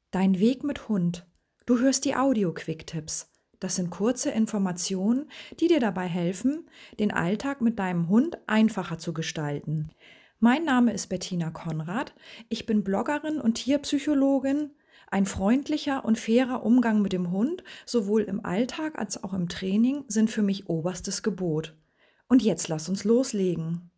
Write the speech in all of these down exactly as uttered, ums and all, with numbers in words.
Dein Weg mit Hund. Du hörst die Audio-Quick-Tipps. Das sind kurze Informationen, die dir dabei helfen, den Alltag mit deinem Hund einfacher zu gestalten. Mein Name ist Bettina Konrad. Ich bin Bloggerin und Tierpsychologin. Ein freundlicher und fairer Umgang mit dem Hund, sowohl im Alltag als auch im Training, sind für mich oberstes Gebot. Und jetzt lass uns loslegen.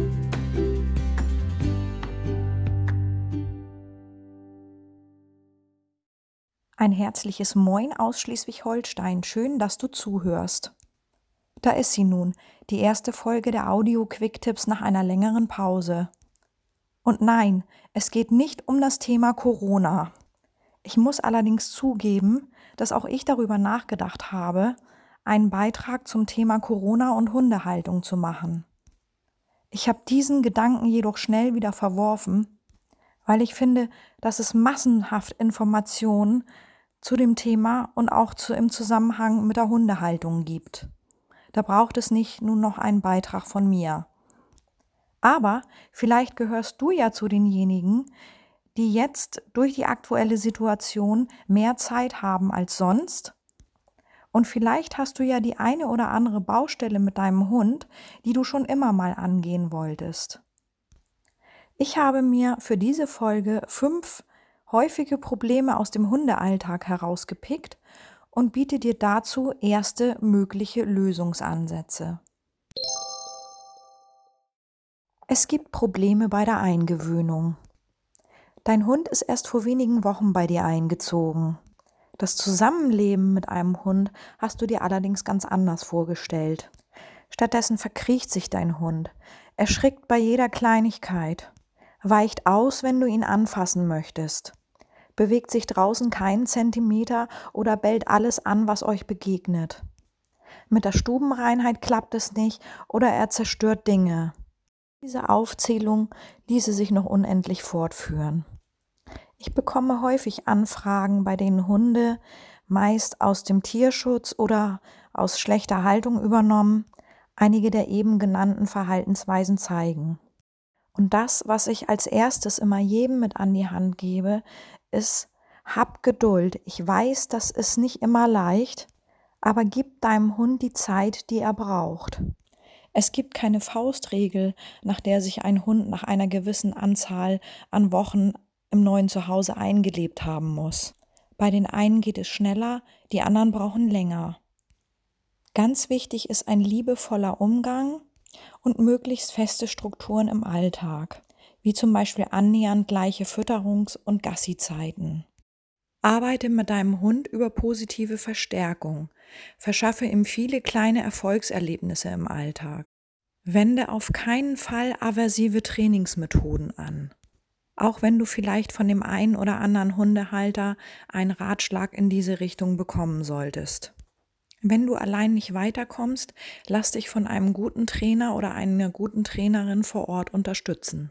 Ein herzliches Moin aus Schleswig-Holstein. Schön, dass du zuhörst. Da ist sie nun, die erste Folge der Audio-Quick-Tipps nach einer längeren Pause. Und nein, es geht nicht um das Thema Corona. Ich muss allerdings zugeben, dass auch ich darüber nachgedacht habe, einen Beitrag zum Thema Corona und Hundehaltung zu machen. Ich habe diesen Gedanken jedoch schnell wieder verworfen, weil ich finde, dass es massenhaft Informationen zu dem Thema und auch zu, im Zusammenhang mit der Hundehaltung gibt. Da braucht es nicht nun noch einen Beitrag von mir. Aber vielleicht gehörst du ja zu denjenigen, die jetzt durch die aktuelle Situation mehr Zeit haben als sonst. Und vielleicht hast du ja die eine oder andere Baustelle mit deinem Hund, die du schon immer mal angehen wolltest. Ich habe mir für diese Folge fünf häufige Probleme aus dem Hundealltag herausgepickt und biete dir dazu erste mögliche Lösungsansätze. Es gibt Probleme bei der Eingewöhnung. Dein Hund ist erst vor wenigen Wochen bei dir eingezogen. Das Zusammenleben mit einem Hund hast du dir allerdings ganz anders vorgestellt. Stattdessen verkriecht sich dein Hund, erschrickt bei jeder Kleinigkeit, weicht aus, wenn du ihn anfassen möchtest, bewegt sich draußen keinen Zentimeter oder bellt alles an, was euch begegnet. Mit der Stubenreinheit klappt es nicht oder er zerstört Dinge. Diese Aufzählung ließe sich noch unendlich fortführen. Ich bekomme häufig Anfragen, bei denen Hunde, meist aus dem Tierschutz oder aus schlechter Haltung übernommen, einige der eben genannten Verhaltensweisen zeigen. Und das, was ich als erstes immer jedem mit an die Hand gebe, ist: Hab Geduld. Ich weiß, das ist nicht immer leicht, aber gib deinem Hund die Zeit, die er braucht. Es gibt keine Faustregel, nach der sich ein Hund nach einer gewissen Anzahl an Wochen im neuen Zuhause eingelebt haben muss. Bei den einen geht es schneller, die anderen brauchen länger. Ganz wichtig ist ein liebevoller Umgang und möglichst feste Strukturen im Alltag, wie zum Beispiel annähernd gleiche Fütterungs- und Gassi-Zeiten. Arbeite mit deinem Hund über positive Verstärkung, verschaffe ihm viele kleine Erfolgserlebnisse im Alltag. Wende auf keinen Fall aversive Trainingsmethoden an. Auch wenn du vielleicht von dem einen oder anderen Hundehalter einen Ratschlag in diese Richtung bekommen solltest. Wenn du allein nicht weiterkommst, lass dich von einem guten Trainer oder einer guten Trainerin vor Ort unterstützen.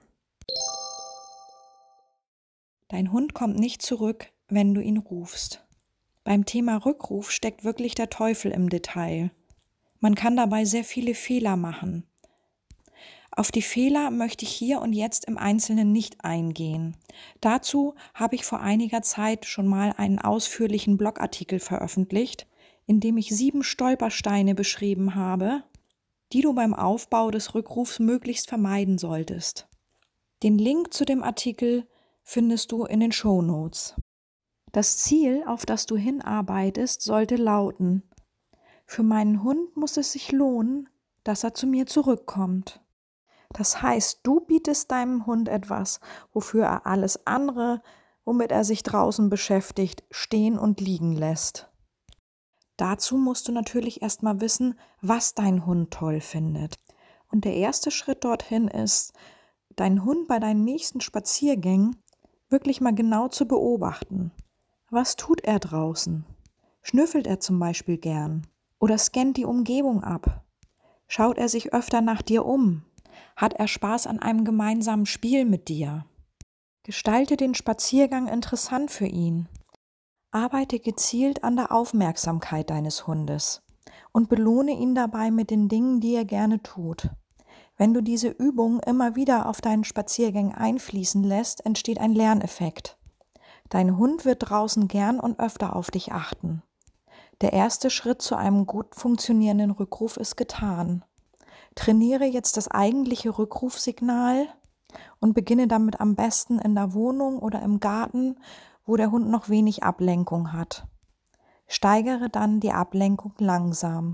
Dein Hund kommt nicht zurück, wenn du ihn rufst. Beim Thema Rückruf steckt wirklich der Teufel im Detail. Man kann dabei sehr viele Fehler machen. Auf die Fehler möchte ich hier und jetzt im Einzelnen nicht eingehen. Dazu habe ich vor einiger Zeit schon mal einen ausführlichen Blogartikel veröffentlicht, in dem ich sieben Stolpersteine beschrieben habe, die du beim Aufbau des Rückrufs möglichst vermeiden solltest. Den Link zu dem Artikel findest du in den Shownotes. Das Ziel, auf das du hinarbeitest, sollte lauten: Für meinen Hund muss es sich lohnen, dass er zu mir zurückkommt. Das heißt, du bietest deinem Hund etwas, wofür er alles andere, womit er sich draußen beschäftigt, stehen und liegen lässt. Dazu musst du natürlich erstmal wissen, was dein Hund toll findet. Und der erste Schritt dorthin ist, deinen Hund bei deinen nächsten Spaziergängen wirklich mal genau zu beobachten. Was tut er draußen? Schnüffelt er zum Beispiel gern? Oder scannt die Umgebung ab? Schaut er sich öfter nach dir um? Hat er Spaß an einem gemeinsamen Spiel mit dir? Gestalte den Spaziergang interessant für ihn. Arbeite gezielt an der Aufmerksamkeit deines Hundes und belohne ihn dabei mit den Dingen, die er gerne tut. Wenn du diese Übung immer wieder auf deinen Spaziergängen einfließen lässt, entsteht ein Lerneffekt. Dein Hund wird draußen gern und öfter auf dich achten. Der erste Schritt zu einem gut funktionierenden Rückruf ist getan. Trainiere jetzt das eigentliche Rückrufsignal und beginne damit am besten in der Wohnung oder im Garten, wo der Hund noch wenig Ablenkung hat. Steigere dann die Ablenkung langsam.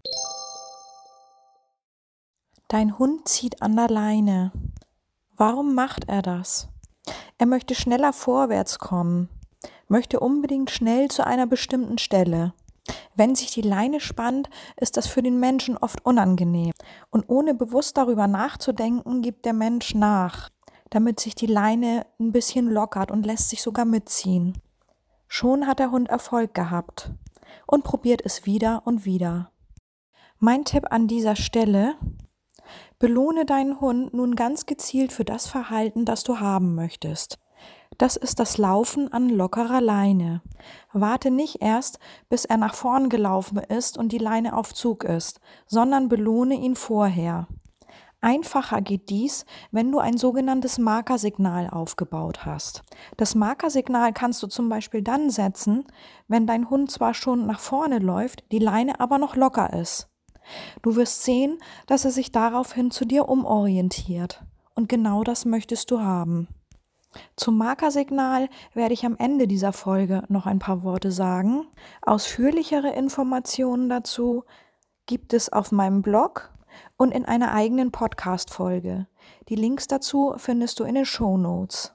Dein Hund zieht an der Leine. Warum macht er das? Er möchte schneller vorwärts kommen, möchte unbedingt schnell zu einer bestimmten Stelle. Wenn sich die Leine spannt, ist das für den Menschen oft unangenehm. Und ohne bewusst darüber nachzudenken, gibt der Mensch nach, damit sich die Leine ein bisschen lockert und lässt sich sogar mitziehen. Schon hat der Hund Erfolg gehabt und probiert es wieder und wieder. Mein Tipp an dieser Stelle: Belohne deinen Hund nun ganz gezielt für das Verhalten, das du haben möchtest. Das ist das Laufen an lockerer Leine. Warte nicht erst, bis er nach vorn gelaufen ist und die Leine auf Zug ist, sondern belohne ihn vorher. Einfacher geht dies, wenn du ein sogenanntes Markersignal aufgebaut hast. Das Markersignal kannst du zum Beispiel dann setzen, wenn dein Hund zwar schon nach vorne läuft, die Leine aber noch locker ist. Du wirst sehen, dass er sich daraufhin zu dir umorientiert. Und genau das möchtest du haben. Zum Markersignal werde ich am Ende dieser Folge noch ein paar Worte sagen. Ausführlichere Informationen dazu gibt es auf meinem Blog und in einer eigenen Podcast-Folge. Die Links dazu findest du in den Shownotes.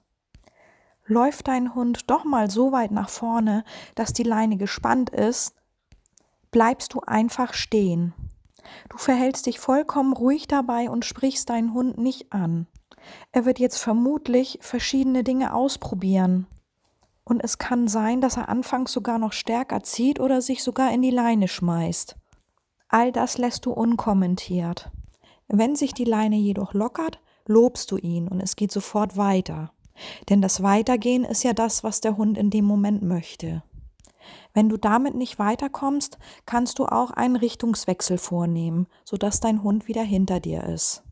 Läuft dein Hund doch mal so weit nach vorne, dass die Leine gespannt ist, bleibst du einfach stehen. Du verhältst dich vollkommen ruhig dabei und sprichst deinen Hund nicht an. Er wird jetzt vermutlich verschiedene Dinge ausprobieren. Und es kann sein, dass er anfangs sogar noch stärker zieht oder sich sogar in die Leine schmeißt. All das lässt du unkommentiert. Wenn sich die Leine jedoch lockert, lobst du ihn und es geht sofort weiter. Denn das Weitergehen ist ja das, was der Hund in dem Moment möchte. Wenn du damit nicht weiterkommst, kannst du auch einen Richtungswechsel vornehmen, sodass dein Hund wieder hinter dir ist.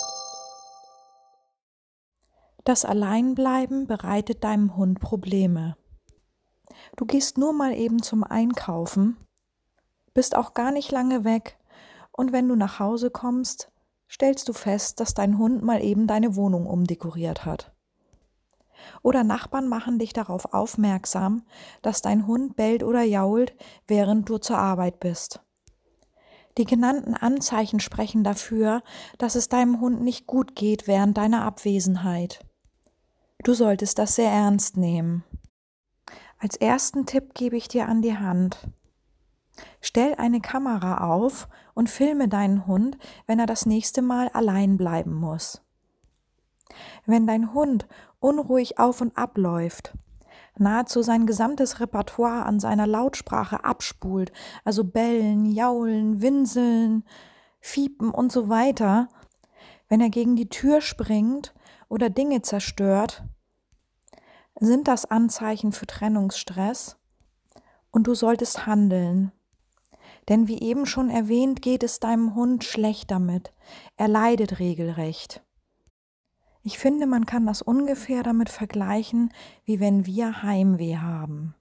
Das Alleinbleiben bereitet deinem Hund Probleme. Du gehst nur mal eben zum Einkaufen, bist auch gar nicht lange weg und wenn du nach Hause kommst, stellst du fest, dass dein Hund mal eben deine Wohnung umdekoriert hat. Oder Nachbarn machen dich darauf aufmerksam, dass dein Hund bellt oder jault, während du zur Arbeit bist. Die genannten Anzeichen sprechen dafür, dass es deinem Hund nicht gut geht während deiner Abwesenheit. Du solltest das sehr ernst nehmen. Als ersten Tipp gebe ich dir an die Hand: Stell eine Kamera auf und filme deinen Hund, wenn er das nächste Mal allein bleiben muss. Wenn dein Hund unruhig auf und abläuft, nahezu sein gesamtes Repertoire an seiner Lautsprache abspult, also bellen, jaulen, winseln, fiepen und so weiter, wenn er gegen die Tür springt oder Dinge zerstört, sind das Anzeichen für Trennungsstress und du solltest handeln. Denn wie eben schon erwähnt, geht es deinem Hund schlecht damit. Er leidet regelrecht. Ich finde, man kann das ungefähr damit vergleichen, wie wenn wir Heimweh haben.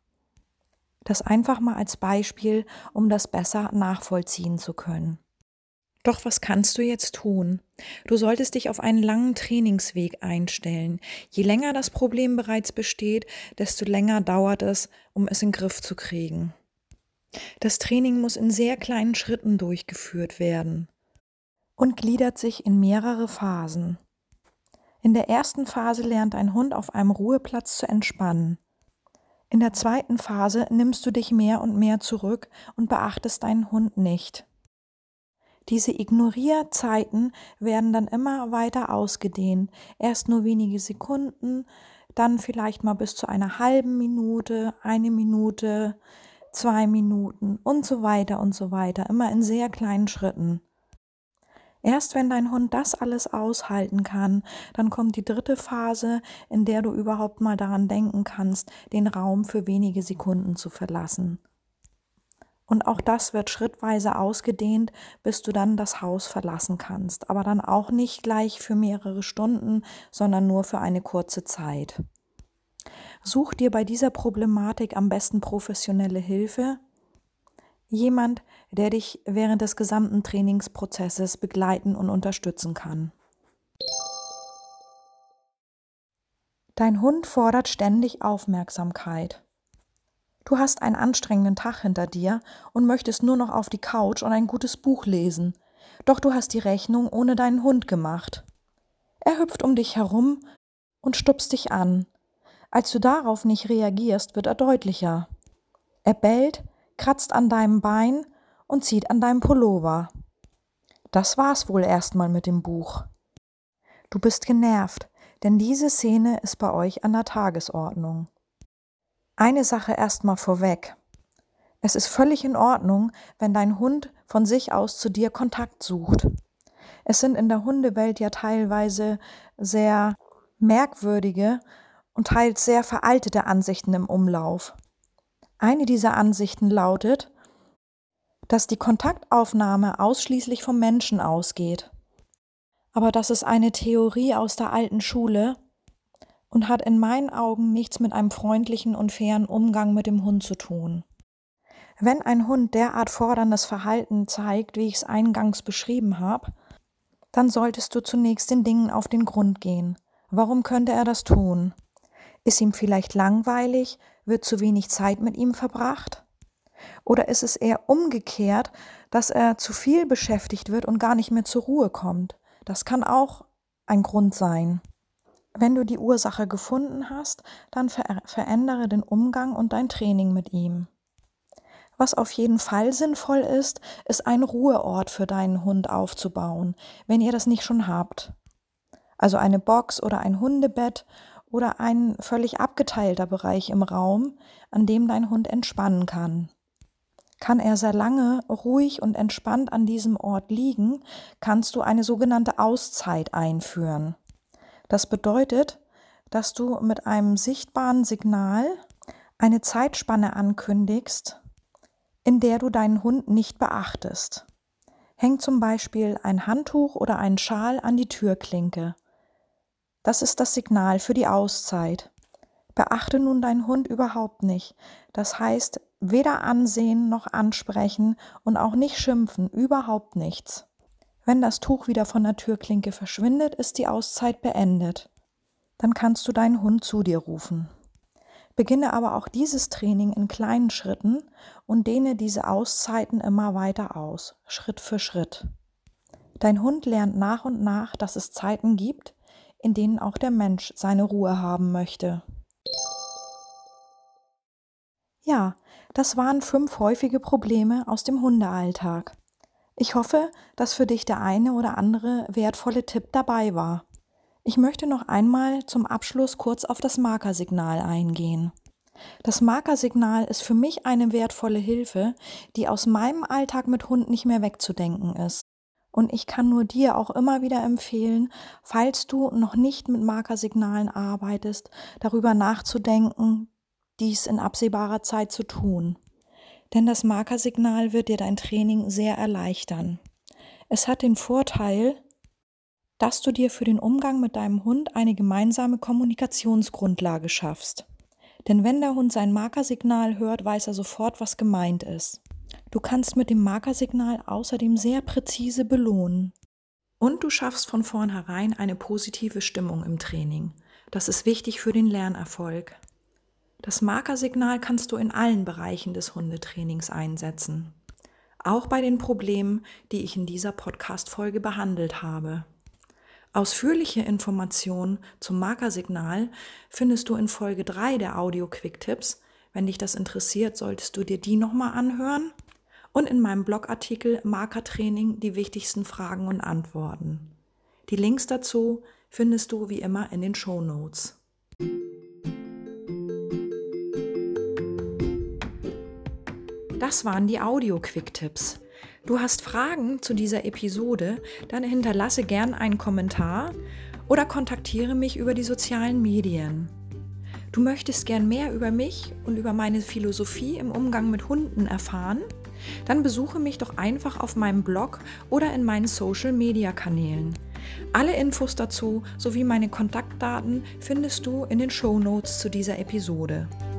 Das einfach mal als Beispiel, um das besser nachvollziehen zu können. Doch was kannst du jetzt tun? Du solltest dich auf einen langen Trainingsweg einstellen. Je länger das Problem bereits besteht, desto länger dauert es, um es in den Griff zu kriegen. Das Training muss in sehr kleinen Schritten durchgeführt werden und gliedert sich in mehrere Phasen. In der ersten Phase lernt ein Hund auf einem Ruheplatz zu entspannen. In der zweiten Phase nimmst du dich mehr und mehr zurück und beachtest deinen Hund nicht. Diese Ignorierzeiten werden dann immer weiter ausgedehnt. Erst nur wenige Sekunden, dann vielleicht mal bis zu einer halben Minute, eine Minute, zwei Minuten und so weiter und so weiter, immer in sehr kleinen Schritten. Erst wenn dein Hund das alles aushalten kann, dann kommt die dritte Phase, in der du überhaupt mal daran denken kannst, den Raum für wenige Sekunden zu verlassen. Und auch das wird schrittweise ausgedehnt, bis du dann das Haus verlassen kannst, aber dann auch nicht gleich für mehrere Stunden, sondern nur für eine kurze Zeit. Such dir bei dieser Problematik am besten professionelle Hilfe. Jemand, der dich während des gesamten Trainingsprozesses begleiten und unterstützen kann. Dein Hund fordert ständig Aufmerksamkeit. Du hast einen anstrengenden Tag hinter dir und möchtest nur noch auf die Couch und ein gutes Buch lesen. Doch du hast die Rechnung ohne deinen Hund gemacht. Er hüpft um dich herum und stupst dich an. Als du darauf nicht reagierst, wird er deutlicher. Er bellt, kratzt an deinem Bein und zieht an deinem Pullover. Das war's wohl erstmal mit dem Buch. Du bist genervt, denn diese Szene ist bei euch an der Tagesordnung. Eine Sache erstmal vorweg. Es ist völlig in Ordnung, wenn dein Hund von sich aus zu dir Kontakt sucht. Es sind in der Hundewelt ja teilweise sehr merkwürdige und teils sehr veraltete Ansichten im Umlauf. Eine dieser Ansichten lautet, dass die Kontaktaufnahme ausschließlich vom Menschen ausgeht. Aber das ist eine Theorie aus der alten Schule und hat in meinen Augen nichts mit einem freundlichen und fairen Umgang mit dem Hund zu tun. Wenn ein Hund derart forderndes Verhalten zeigt, wie ich es eingangs beschrieben habe, dann solltest du zunächst den Dingen auf den Grund gehen. Warum könnte er das tun? Ist ihm vielleicht langweilig? Wird zu wenig Zeit mit ihm verbracht? Oder ist es eher umgekehrt, dass er zu viel beschäftigt wird und gar nicht mehr zur Ruhe kommt? Das kann auch ein Grund sein. Wenn du die Ursache gefunden hast, dann ver- verändere den Umgang und dein Training mit ihm. Was auf jeden Fall sinnvoll ist, ist ein Ruheort für deinen Hund aufzubauen, wenn ihr das nicht schon habt. Also eine Box oder ein Hundebett oder ein völlig abgeteilter Bereich im Raum, an dem dein Hund entspannen kann. Kann er sehr lange ruhig und entspannt an diesem Ort liegen, kannst du eine sogenannte Auszeit einführen. Das bedeutet, dass du mit einem sichtbaren Signal eine Zeitspanne ankündigst, in der du deinen Hund nicht beachtest. Häng zum Beispiel ein Handtuch oder einen Schal an die Türklinke. Das ist das Signal für die Auszeit. Beachte nun deinen Hund überhaupt nicht. Das heißt, weder ansehen noch ansprechen und auch nicht schimpfen, überhaupt nichts. Wenn das Tuch wieder von der Türklinke verschwindet, ist die Auszeit beendet. Dann kannst du deinen Hund zu dir rufen. Beginne aber auch dieses Training in kleinen Schritten und dehne diese Auszeiten immer weiter aus, Schritt für Schritt. Dein Hund lernt nach und nach, dass es Zeiten gibt, in denen auch der Mensch seine Ruhe haben möchte. Ja, das waren fünf häufige Probleme aus dem Hundealltag. Ich hoffe, dass für dich der eine oder andere wertvolle Tipp dabei war. Ich möchte noch einmal zum Abschluss kurz auf das Markersignal eingehen. Das Markersignal ist für mich eine wertvolle Hilfe, die aus meinem Alltag mit Hund nicht mehr wegzudenken ist. Und ich kann nur dir auch immer wieder empfehlen, falls du noch nicht mit Markersignalen arbeitest, darüber nachzudenken, dies in absehbarer Zeit zu tun. Denn das Markersignal wird dir dein Training sehr erleichtern. Es hat den Vorteil, dass du dir für den Umgang mit deinem Hund eine gemeinsame Kommunikationsgrundlage schaffst. Denn wenn der Hund sein Markersignal hört, weiß er sofort, was gemeint ist. Du kannst mit dem Markersignal außerdem sehr präzise belohnen. Und du schaffst von vornherein eine positive Stimmung im Training. Das ist wichtig für den Lernerfolg. Das Markersignal kannst du in allen Bereichen des Hundetrainings einsetzen. Auch bei den Problemen, die ich in dieser Podcast-Folge behandelt habe. Ausführliche Informationen zum Markersignal findest du in Folge drei der Audio-Quick-Tipps. Wenn dich das interessiert, solltest du dir die nochmal anhören. Und in meinem Blogartikel Markertraining die wichtigsten Fragen und Antworten. Die Links dazu findest du wie immer in den Shownotes. Das waren die Audio-Quick-Tipps. Du hast Fragen zu dieser Episode, dann hinterlasse gern einen Kommentar oder kontaktiere mich über die sozialen Medien. Du möchtest gern mehr über mich und über meine Philosophie im Umgang mit Hunden erfahren? Dann besuche mich doch einfach auf meinem Blog oder in meinen Social-Media-Kanälen. Alle Infos dazu sowie meine Kontaktdaten findest du in den Shownotes zu dieser Episode.